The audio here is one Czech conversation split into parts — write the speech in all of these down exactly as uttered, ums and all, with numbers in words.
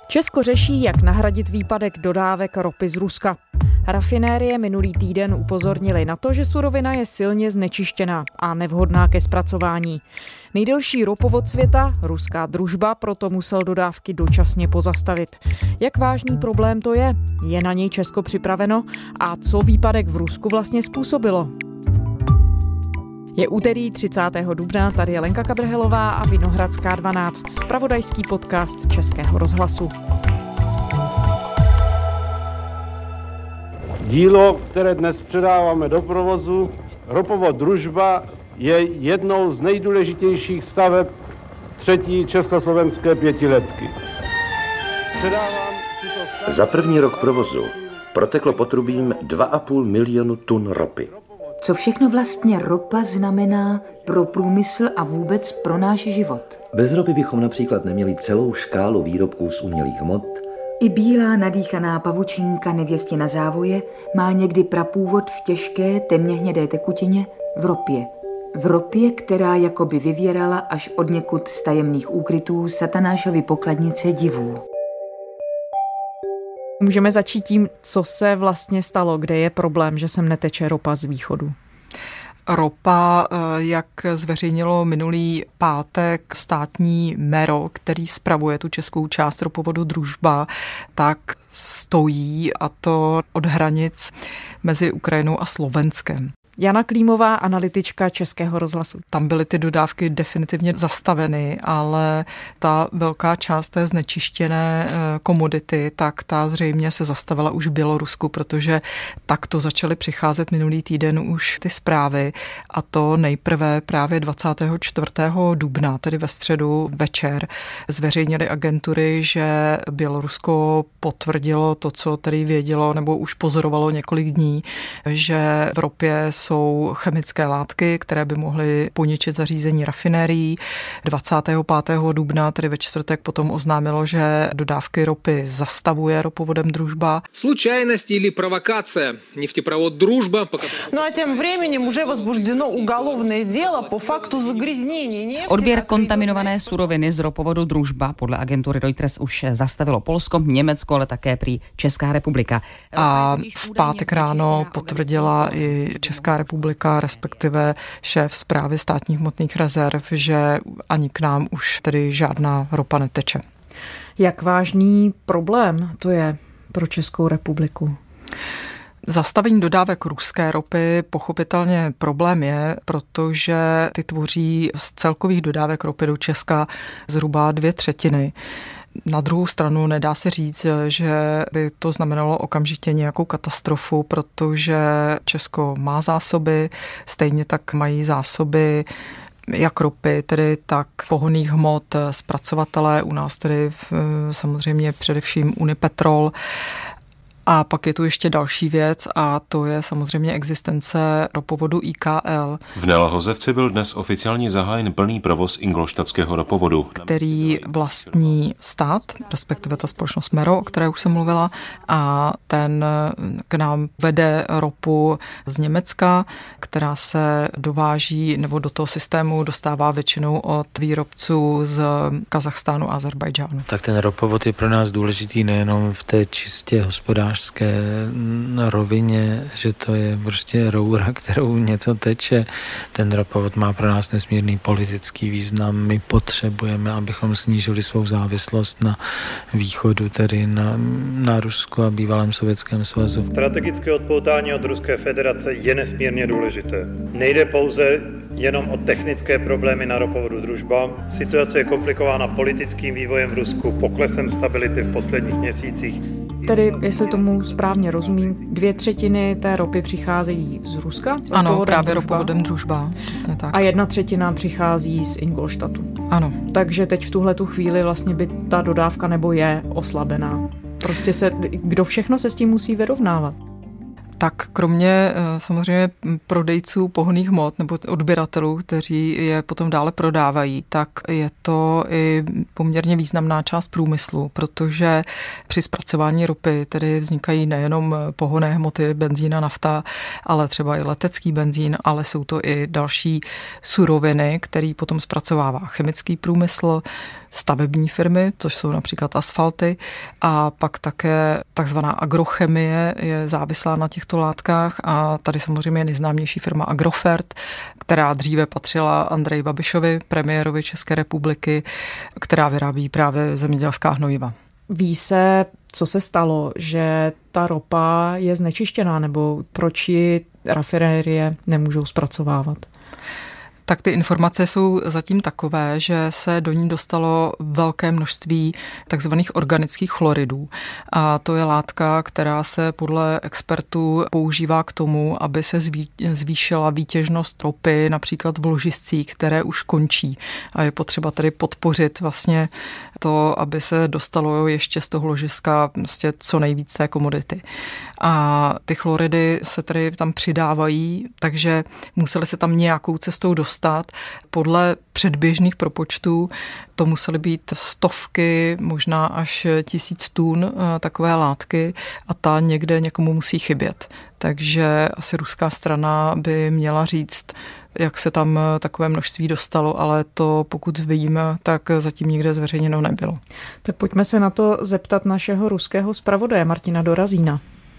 Česko řeší, jak nahradit výpadek dodávek ropy z Ruska. Rafinérie minulý týden upozornili na to, že surovina je silně znečištěná a nevhodná ke zpracování. Nejdelší ropovod světa, ruská Družba, proto musel dodávky dočasně pozastavit. Jak vážný problém to je? Je na něj Česko připraveno? A co výpadek v Rusku vlastně způsobilo? Je úterý třicátého dubna, tady je Lenka Kabrhelová a Vinohradská dvanáct, zpravodajský podcast Českého rozhlasu. Dílo, které dnes předáváme do provozu, ropovod Družba, je jednou z nejdůležitějších staveb třetí československé pětiletky. Předávám tuto stavbu... Za první rok provozu proteklo potrubím dva a půl milionu tun ropy. Co všechno vlastně ropa znamená pro průmysl a vůbec pro náš život? Bez ropy bychom například neměli celou škálu výrobků z umělých hmot. I bílá nadýchaná pavučinka nevěstě na závoje má někdy prapůvod v těžké, temně hnědé tekutině v ropě. V ropě, která jakoby vyvěrala až odněkud z tajemných úkrytů Satanášovy pokladnice divů. Můžeme začít tím, co se vlastně stalo, kde je problém, že sem neteče ropa z východu. Ropa, jak zveřejnilo minulý pátek státní MERO, který spravuje tu českou část ropovodu Družba, tak stojí, a to od hranic mezi Ukrajinou a Slovenskem. Jana Klímová, analytička Českého rozhlasu. Tam byly ty dodávky definitivně zastaveny, ale ta velká část té znečištěné komodity, tak ta zřejmě se zastavila už v Bělorusku, protože takto začaly přicházet minulý týden už ty zprávy, a to nejprve právě dvacátého čtvrtého dubna, tedy ve středu večer, zveřejnily agentury, že Bělorusko potvrdilo to, co tedy vědělo nebo už pozorovalo několik dní, že v ropě jsou chemické látky, které by mohly poničit zařízení rafinérií. dvacátého pátého dubna, tedy ve čtvrtek, potom oznámilo, že dodávky ropy zastavuje ropovodem Družba. Случайность или провокация. Нефтепровод Дружба. Ну а тем временем уже возбуждено уголовное дело по факту загрязнения нефти. Odběr kontaminované suroviny z ropovodu Družba podle agentury Reuters už zastavilo Polsko, Německo, ale také prý Česká republika. A v pátek ráno potvrdila i Česká republika, respektive šéf správy státních hmotných rezerv, že ani k nám už tedy žádná ropa neteče. Jak vážný problém to je pro Českou republiku? Zastavení dodávek ruské ropy pochopitelně problém je, protože ty tvoří z celkových dodávek ropy do Česka zhruba dvě třetiny. Na druhou stranu nedá se říct, že by to znamenalo okamžitě nějakou katastrofu, protože Česko má zásoby, stejně tak mají zásoby jak ropy, tedy tak pohonných hmot zpracovatelé, u nás tedy samozřejmě především Unipetrol. A pak je tu ještě další věc, a to je samozřejmě existence ropovodu I K L. V Nelhozevci byl dnes oficiálně zahájen plný provoz ingolštadtského ropovodu, který vlastní stát, respektive ta společnost MERO, o které už jsem mluvila, a ten k nám vede ropu z Německa, která se dováží nebo do toho systému dostává většinou od výrobců z Kazachstánu a Azerbajdžánu. Tak ten ropovod je pro nás důležitý nejenom v té čistě hospodářské rovině, že to je prostě roura, kterou něco teče. Ten ropovod má pro nás nesmírný politický význam. My potřebujeme, abychom snížili svou závislost na východu, tedy na, na Rusku a bývalém Sovětském svazu. Strategické odpoutání od Ruské federace je nesmírně důležité. Nejde pouze jenom o technické problémy na ropovodu Družba. Situace je komplikována politickým vývojem v Rusku, poklesem stability v posledních měsících. Tedy, jestli tomu správně rozumím, dvě třetiny té ropy přicházejí z Ruska? Ano, právě ropovodem Družba, přesně tak. A jedna třetina přichází z Ingolštatu. Ano. Takže teď v tuhletu chvíli vlastně by ta dodávka nebo je oslabená. Prostě se, kdo všechno se s tím musí vyrovnávat? Tak kromě samozřejmě prodejců pohonných hmot nebo odběratelů, kteří je potom dále prodávají, tak je to i poměrně významná část průmyslu, protože při zpracování ropy tedy vznikají nejenom pohonné hmoty, benzín a nafta, ale třeba i letecký benzín, ale jsou to i další suroviny, který potom zpracovává chemický průmysl. stavební firmy, což jsou například asfalty, a pak také takzvaná agrochemie je závislá na těchto látkách a tady samozřejmě je nejznámější firma Agrofert, která dříve patřila Andreji Babišovi, premiérovi České republiky, která vyrábí právě zemědělská hnojiva. Ví se, co se stalo, že ta ropa je znečištěná, nebo proč ji rafinérie nemůžou zpracovávat? Tak ty informace jsou zatím takové, že se do ní dostalo velké množství takzvaných organických chloridů. A to je látka, která se podle expertů používá k tomu, aby se zvýšila výtěžnost ropy, například v ložiscích, které už končí. A je potřeba tedy podpořit vlastně to, aby se dostalo ještě z toho ložiska vlastně co nejvíc té komodity. A ty chloridy se tedy tam přidávají, takže museli se tam nějakou cestou dostat. Podle předběžných propočtů to musely být stovky, možná až tisíc tun takové látky a ta někde někomu musí chybět. Takže asi ruská strana by měla říct, jak se tam takové množství dostalo, ale to, pokud vím, tak zatím nikde zveřejněno nebylo. Tak pojďme se na to zeptat našeho ruského zpravodaje Martina Dorazína.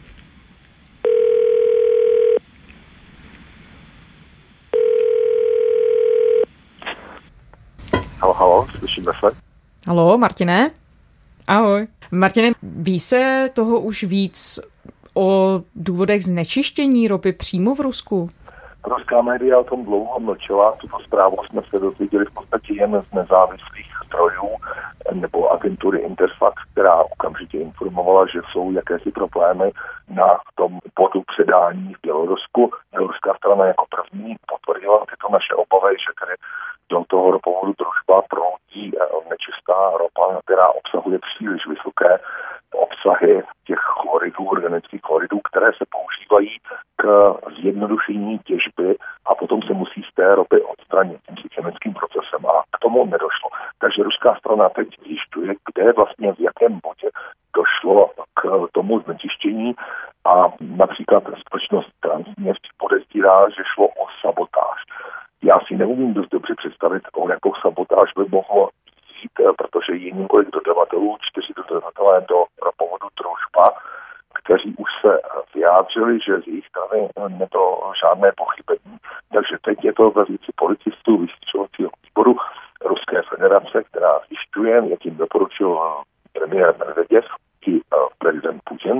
Halo, halo, slyšíme se? Halo, Martine? Ahoj. Martine, ví se toho už víc o důvodech znečištění ropy přímo v Rusku? Ruská média o tom dlouho mlčela, tuto zprávu jsme se dozvěděli v podstatě jen z nezávislých zdrojů nebo agentury Interfax, která okamžitě informovala, že jsou jakési problémy na tom bodu předání v Bělorusku. Běloruská strana jako první potvrdila tyto naše obavy, že tedy do toho ropovodu Družba proudí nečistá ropa, která obsahuje příliš vysoké obsahy těch chloridů, organických chloridů, které se používají k zjednodušení těžby a potom se musí z té ropy odstranit tím chemickým procesem a k tomu nedošlo. Takže ruská strana teď zjišťuje, kde vlastně v jakém bodě došlo k tomu znečištění a například společnost Transneft podezírá, že šlo o sabotáž. Já si neumím dost dobře představit, o jakou sabotáž by mohlo jít, protože je několik dodavatelů, čtyři dodavatelé do ropovodu Družba, kteří už se vyjádřili, že z jejich strany nebylo žádné pochybení. Takže teď je to ve věci policistů vyšetřovacího výboru Ruské federace, která zjišťuje, jak jim doporučil premiér Medveděv i prezident Putin,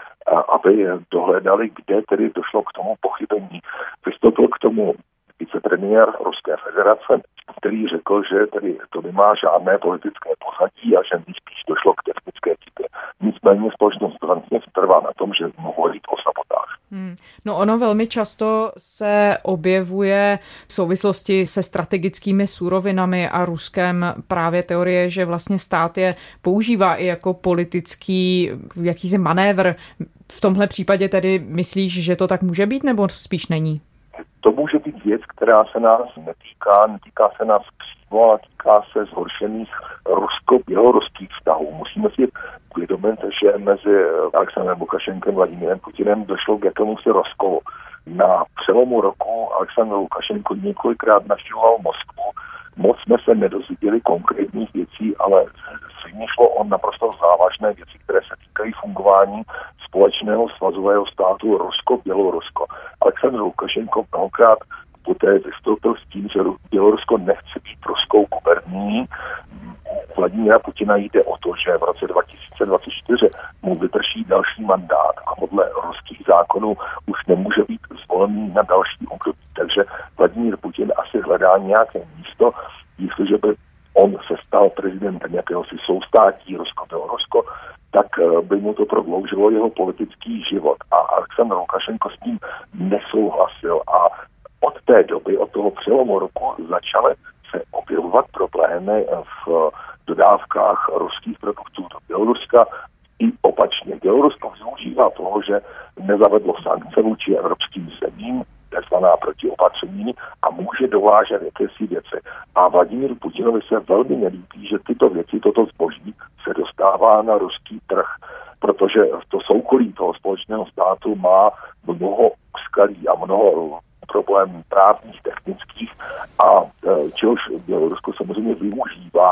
aby dohledali, kde tedy došlo k tomu pochybení. Vystoupil k tomu vicepremiér Ruské federace, který řekl, že tedy to nemá žádné politické pozadí a že nejspíš došlo k technické chybě. Nicméně společnost Transneft trvá na tom, že mohlo jít o sabotáž. Hmm. No ono velmi často se objevuje v souvislosti se strategickými surovinami a Ruskem právě teorie, že vlastně stát je používá i jako politický jakýsi manévr. V tomhle případě tedy myslíš, že to tak může být, nebo spíš není? To může být věc, která se nás netýká, netýká se nás přímo, ale týká se zhoršených rusko-běloruských vztahů. Musíme si uvědomit, že mezi Alexandrem Lukašenkem a Vladimírem Putinem došlo k jakémusi rozkolu. Na přelomu roku Alexandr Lukašenko několikrát navštěvoval Moskvu. Moc jsme se nedozvěděli konkrétních věcí, ale zřejmě šlo o naprosto závažné věci, které se týkají fungování společného svazového státu Rusko-Bělorusko. Alexandr Lukašenko mnohokrát poté vystoupil s tím, že Bělorusko nechce být ruskou guberní. Vladimíra Putina jde o to, že v roce dva tisíce dvacet čtyři mu vyprší další mandát a podle ruských zákonů už nemůže být zvolený na další období. Takže Vladimír Putin asi hledá nějaké místo, jestliže by on se stal prezidentem jakéhosi soustátí Rusko-Bělorusko, tak by mu to prodloužilo jeho politický život. A Alexandr Lukašenko s tím nesouhlasil a od té doby, od toho přelomu roku, začaly se objevovat problémy v dodávkách ruských produktů do Běloruska i opačně. Bělorusko využívá toho, že nezavedlo sankce vůči evropským zemím, takzvaná protiopatření, a může dovážet jakési věci. A Vladimíru Putinovi se velmi nelíbí, že tyto věci, toto zboží se dostává na ruský trh, protože to soukolí toho společného státu má mnoho úskalí a mnoho problémů právních, technických a čehož Bělorusko samozřejmě využívá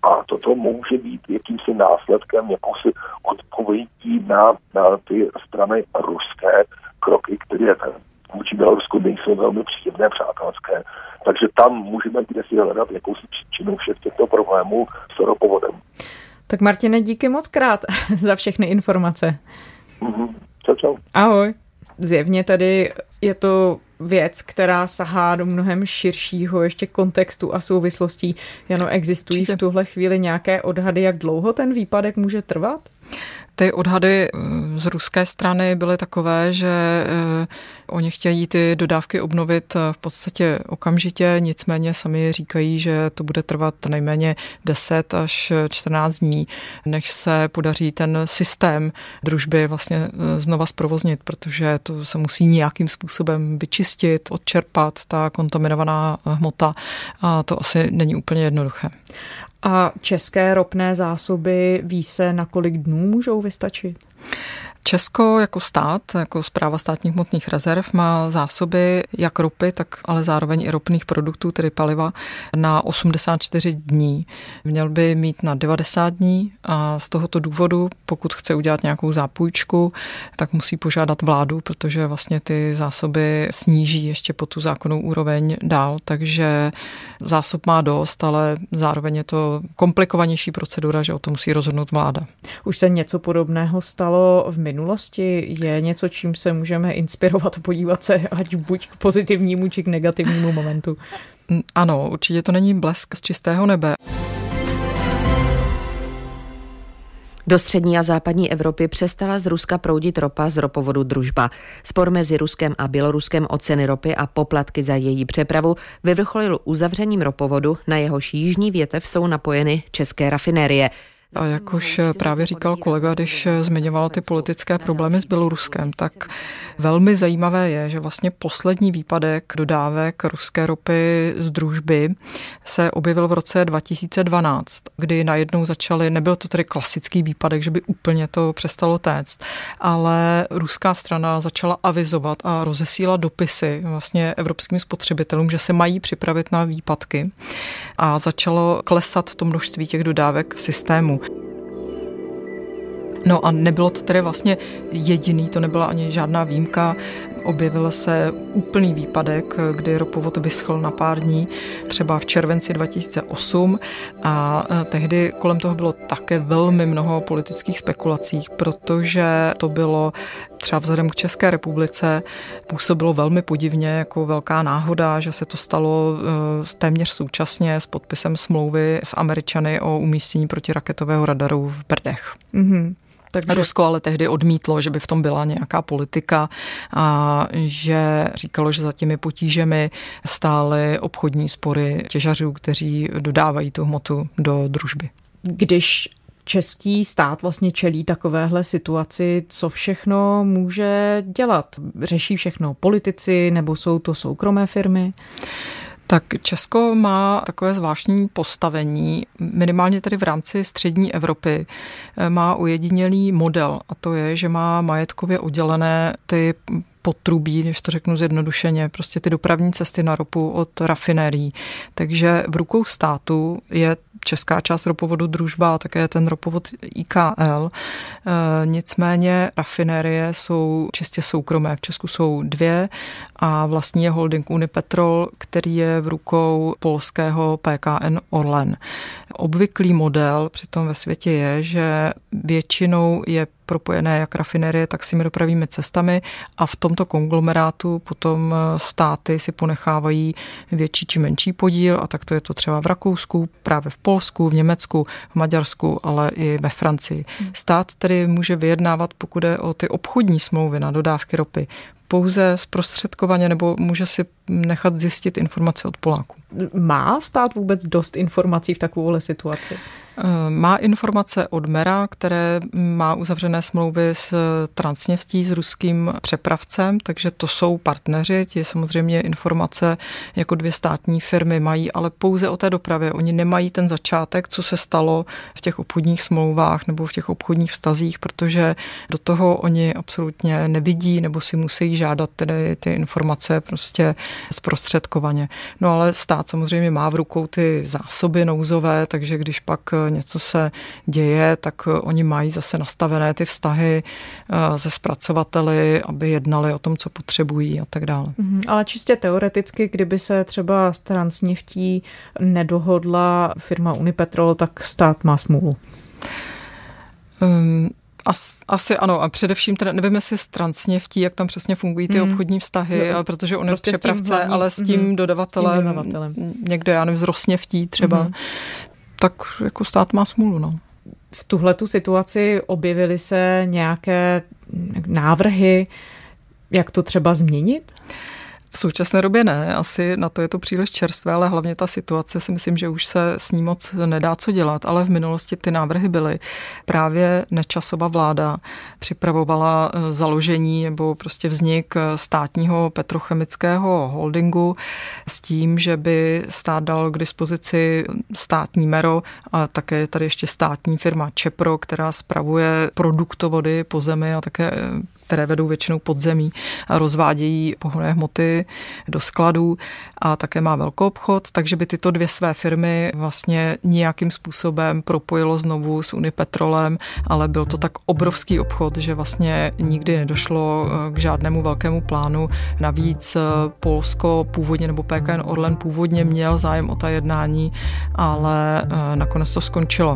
A toto může být jakýmsi následkem, jakousi odpovědí na, na ty strany ruské kroky, které vůči Bělorusku nejsou velmi příjemné, přátelské. Takže tam můžeme kdesi hledat jakousi příčinu všech těchto problémů s ropovodem. Tak Martine, díky moc krát za všechny informace. Mm-hmm. Čau, čau. Ahoj. Zjevně tady je to věc, která sahá do mnohem širšího ještě kontextu a souvislostí. Jano, existují v tuhle chvíli nějaké odhady, jak dlouho ten výpadek může trvat? Ty odhady z ruské strany byly takové, že oni chtějí ty dodávky obnovit v podstatě okamžitě, nicméně sami říkají, že to bude trvat nejméně deset až čtrnáct dní, než se podaří ten systém družby vlastně znova zprovoznit, protože to se musí nějakým způsobem vyčistit, odčerpat ta kontaminovaná hmota a to asi není úplně jednoduché. A české ropné zásoby, ví se, na kolik dnů můžou vystačit? Česko jako stát, jako Správa státních hmotných rezerv má zásoby jak ropy, tak ale zároveň i ropných produktů, tedy paliva, na osmdesát čtyři dní. Měl by mít na devadesát dní a z tohoto důvodu, pokud chce udělat nějakou zápůjčku, tak musí požádat vládu, protože vlastně ty zásoby sníží ještě po tu zákonnou úroveň dál, takže zásob má dost, ale zároveň je to komplikovanější procedura, že o to musí rozhodnout vláda. Už se něco podobného stalo v minulosti? Je něco, čím se můžeme inspirovat a podívat se ať buď k pozitivnímu, či k negativnímu momentu? Ano, určitě to není blesk z čistého nebe. Do střední a západní Evropy přestala z Ruska proudit ropa z ropovodu Družba. Spor mezi Ruskem a Běloruskem o ceny ropy a poplatky za její přepravu vyvrcholil uzavřením ropovodu, na jehož jižní větev jsou napojeny české rafinérie. A jak už právě říkal kolega, když zmiňoval ty politické problémy s Běloruskem, tak velmi zajímavé je, že vlastně poslední výpadek dodávek ruské ropy z Družby se objevil v roce dva tisíce dvanáct, kdy najednou začaly, nebyl to tedy klasický výpadek, že by úplně to přestalo téct, ale ruská strana začala avizovat a rozesílat dopisy vlastně evropským spotřebitelům, že se mají připravit na výpadky a začalo klesat to množství těch dodávek v systému. No a nebylo to tedy vlastně jediný, to nebyla ani žádná výjimka. Objevil se úplný výpadek, kdy ropovod vyschl na pár dní, třeba v červenci dva tisíce osm a tehdy kolem toho bylo také velmi mnoho politických spekulací, protože to bylo třeba vzhledem k České republice působilo velmi podivně jako velká náhoda, že se to stalo téměř současně s podpisem smlouvy s Američany o umístění protiraketového radaru v Brdech. Mm-hmm. Takže Rusko ale tehdy odmítlo, že by v tom byla nějaká politika a že říkalo, že za těmi potížemi stály obchodní spory těžařů, kteří dodávají tu hmotu do Družby. Když český stát vlastně čelí takovéhle situaci, co všechno může dělat? Řeší všechno politici nebo jsou to soukromé firmy? Tak Česko má takové zvláštní postavení, minimálně tedy v rámci střední Evropy, má ojedinělý model a to je, že má majetkově oddělené ty potrubí, když to řeknu zjednodušeně, prostě ty dopravní cesty na ropu od rafinérií. Takže v rukou státu je česká část ropovodu Družba a také ten ropovod I K L. E, nicméně rafinérie jsou čistě soukromé. V Česku jsou dvě a vlastní je holding Unipetrol, který je v rukou polského P K N Orlen. Obvyklý model přitom ve světě je, že většinou je propojené jak rafinérie, tak s těmi dopravními cestami a v tomto konglomerátu potom státy si ponechávají větší či menší podíl a tak to je to třeba v Rakousku, právě v Polsku, v Německu, v Maďarsku, ale i ve Francii. Stát tedy může vyjednávat, pokud je o ty obchodní smlouvy na dodávky ropy, pouze zprostředkovaně nebo může si nechat zjistit informace od Poláků. Má stát vůbec dost informací v takovéhle situaci? Má informace od Mera, které má uzavřené smlouvy s Transneftí, s ruským přepravcem, takže to jsou partneři. Ti samozřejmě informace jako dvě státní firmy mají, ale pouze o té dopravě. Oni nemají ten začátek, co se stalo v těch obchodních smlouvách nebo v těch obchodních vztazích, protože do toho oni absolutně nevidí nebo si musí žádat tedy ty informace prostě zprostředkovaně. No ale stát samozřejmě má v rukou ty zásoby nouzové, takže když pak něco se děje, tak oni mají zase nastavené ty vztahy se zpracovateli, aby jednali o tom, co potřebují a tak dále. Ale čistě teoreticky, kdyby se třeba s Transneftí nedohodla firma Unipetrol, tak stát má smůlu. Um, As, asi ano, a především teda nevím, jestli s Transneftí, jak tam přesně fungují ty mm. obchodní vztahy, no, protože on prostě je přepravce, hlavní, ale s tím mm, dodavatelem, s tím dodavatelem, někde, já nevím, z Rosneftí třeba, mm. tak jako stát má smůlu, no. V tuhletu situaci objevily se nějaké návrhy, jak to třeba změnit? V současné době ne, asi na to je to příliš čerstvé, ale hlavně ta situace si myslím, že už se s ní moc nedá co dělat, ale v minulosti ty návrhy byly. Právě Nečasova vláda připravovala založení nebo prostě vznik státního petrochemického holdingu s tím, že by stát dal k dispozici státní Mero a také tady ještě státní firma Čepro, která spravuje produktovody po zemi a také které vedou většinou podzemí a rozvádějí pohonné hmoty do skladů a také má velkou obchod, takže by tyto dvě své firmy vlastně nějakým způsobem propojilo znovu s Unipetrolem, ale byl to tak obrovský obchod, že vlastně nikdy nedošlo k žádnému velkému plánu. Navíc Polsko původně, nebo P K N Orlen původně měl zájem o ta jednání, ale nakonec to skončilo.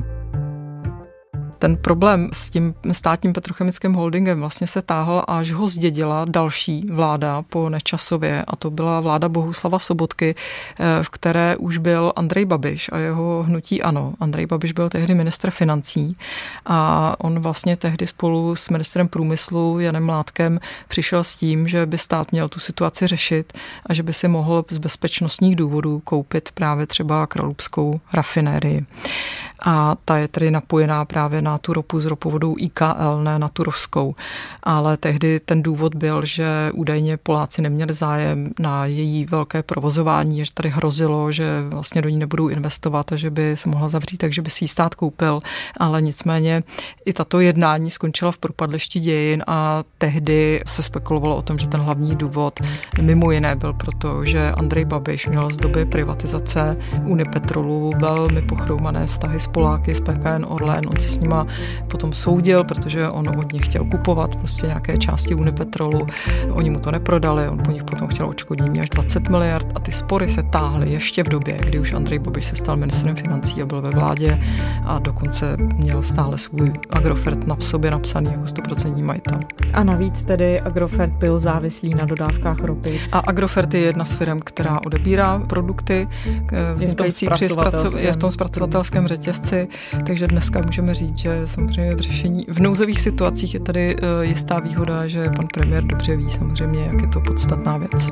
Ten problém s tím státním petrochemickým holdingem vlastně se táhl, až ho zdědila další vláda po Nečasově, a to byla vláda Bohuslava Sobotky, v které už byl Andrej Babiš a jeho hnutí ANO. Andrej Babiš byl tehdy ministr financí a on vlastně tehdy spolu s ministrem průmyslu Janem Mládkem přišel s tím, že by stát měl tu situaci řešit a že by si mohl z bezpečnostních důvodů koupit právě třeba Kralupskou rafinérii. A ta je tedy napojená právě na tu ropu z ropovodou I K L, ne na tu ruskou. Ale tehdy ten důvod byl, že údajně Poláci neměli zájem na její velké provozování, že tady hrozilo, že vlastně do ní nebudou investovat a že by se mohla zavřít, takže by si ji stát koupil. Ale nicméně i tato jednání skončila v propadlišti dějin a tehdy se spekulovalo o tom, že ten hlavní důvod mimo jiné byl proto, že Andrej Babiš měl z doby privatizace Unipetrolu velmi pochroumané vztahy s Poláky, s P K N Orlen. On se s nima potom soudil, protože on od nich chtěl kupovat prostě nějaké části Unipetrolu. Oni mu to neprodali, on po nich potom chtěl odškodnění až dvacet miliard a ty spory se táhly ještě v době, kdy už Andrej Babiš se stal ministrem financí a byl ve vládě a dokonce měl stále svůj Agrofert na sobě napsaný jako stoprocentní majitel. A navíc tedy Agrofert byl závislý na dodávkách ropy. A Agrofert je jedna z firm, která odebírá produkty vznikající při zpracovatelském, je v tom zpracovatelském řetězci, takže dneska můžeme říct, že samozřejmě v řešení v nouzových situacích je tady jistá výhoda, že pan premiér dobře ví samozřejmě, jak je to podstatná věc.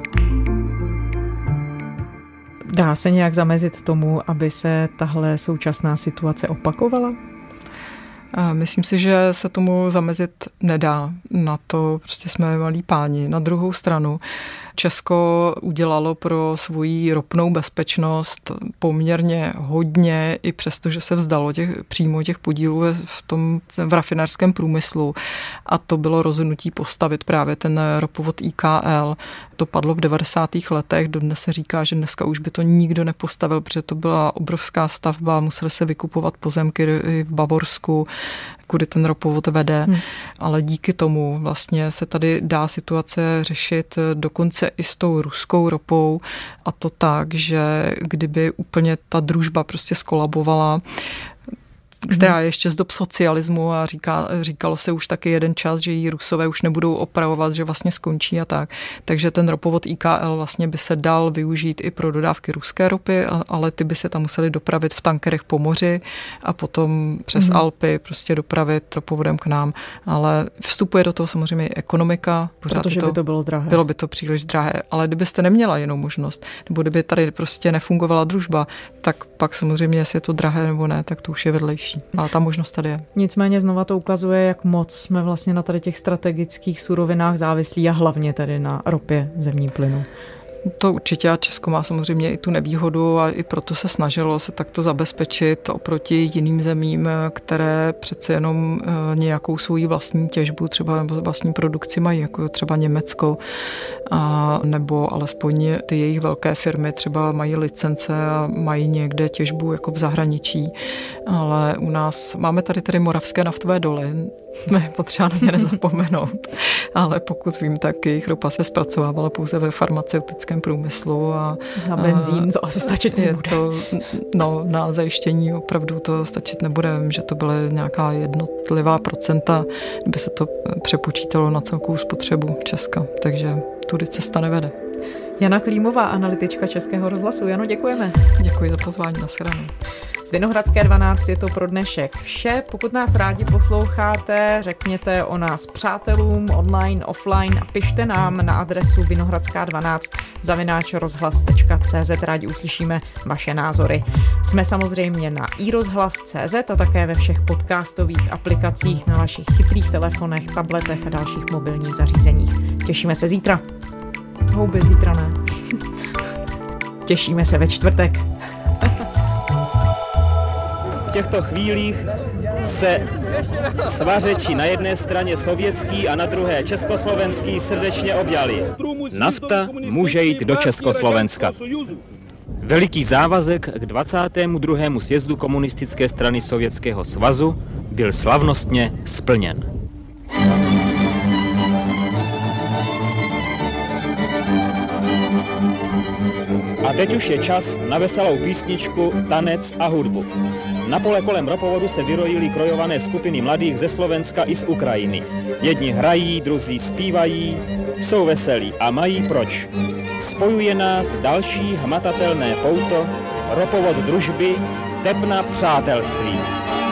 Dá se nějak zamezit tomu, aby se tahle současná situace opakovala? Myslím si, že se tomu zamezit nedá. Na to prostě jsme malí páni. Na druhou stranu Česko udělalo pro svoji ropnou bezpečnost poměrně hodně, i přesto, že se vzdalo těch, přímo těch podílů v tom v rafinéřském průmyslu. A to bylo rozhodnutí postavit právě ten ropovod I K L. To padlo v devadesátých letech, dodnes se říká, že dneska už by to nikdo nepostavil, protože to byla obrovská stavba, museli se vykupovat pozemky v Bavorsku, kudy ten ropovod vede, hmm. ale díky tomu vlastně se tady dá situace řešit dokonce i s tou ruskou ropou, a to tak, že kdyby úplně ta družba prostě skolabovala, která je ještě z dob socialismu a říká, říkalo se už taky jeden čas, že ji Rusové už nebudou opravovat, že vlastně skončí a tak. Takže ten ropovod I K L vlastně by se dal využít i pro dodávky ruské ropy, ale ty by se tam museli dopravit v tankerech po moři a potom přes mm. Alpy prostě dopravit ropovodem k nám. Ale vstupuje do toho samozřejmě i ekonomika. Protože to, by to bylo drahé. Bylo by to příliš drahé, ale kdybyste neměla jinou možnost, nebo kdyby tady prostě nefungovala družba, tak pak samozřejmě, jestli je to drahé nebo ne, tak to už je vedlejší. Ale ta možnost tady je. Nicméně znova to ukazuje, jak moc jsme vlastně na tady těch strategických surovinách závislí a hlavně tady na ropě, zemním plynu. To určitě a Česko má samozřejmě i tu nevýhodu a i proto se snažilo se takto zabezpečit oproti jiným zemím, které přece jenom nějakou svou vlastní těžbu, třeba nebo vlastní produkci mají, jako třeba Německo, a nebo alespoň ty jejich velké firmy třeba mají licence a mají někde těžbu jako v zahraničí, ale u nás máme tady tedy moravské naftové doly, potřeba na ně nezapomenout, ale pokud vím, tak jejich ropa se zpracovávala pouze ve farmaceutickém průmyslu a na benzín to asi stačit nebude. To, no, na zajištění opravdu to stačit nebude. Vím, že to byly nějaká jednotlivá procenta, kdyby se to přepočítalo na celkovou spotřebu Česka, takže tudy cesta nevede. Jana Klímová, analytička Českého rozhlasu. Jano, děkujeme. Děkuji za pozvání, nashledanou. Z Vinohradské dvanáct je to pro dnešek vše. Pokud nás rádi posloucháte, řekněte o nás přátelům online, offline a pište nám na adresu vinohradská dvanáct zavináč rozhlas tečka cé zet. Rádi uslyšíme vaše názory. Jsme samozřejmě na i rozhlas tečka cé zet a také ve všech podcastových aplikacích na vašich chytrých telefonech, tabletech a dalších mobilních zařízeních. Těšíme se zítra. Houby, zítra ne. Těšíme se ve čtvrtek. V těchto chvílích se svařeči na jedné straně sovětský a na druhé československý srdečně objali. Nafta může jít do Československa. Veliký závazek k dvacátému druhému sjezdu komunistické strany Sovětského svazu byl slavnostně splněn. A teď už je čas na veselou písničku, tanec a hudbu. Na pole kolem ropovodu se vyrojily krojované skupiny mladých ze Slovenska i z Ukrajiny. Jedni hrají, druzí zpívají, jsou veselí a mají proč. Spojuje nás další hmatatelné pouto, ropovod družby, tepna přátelství.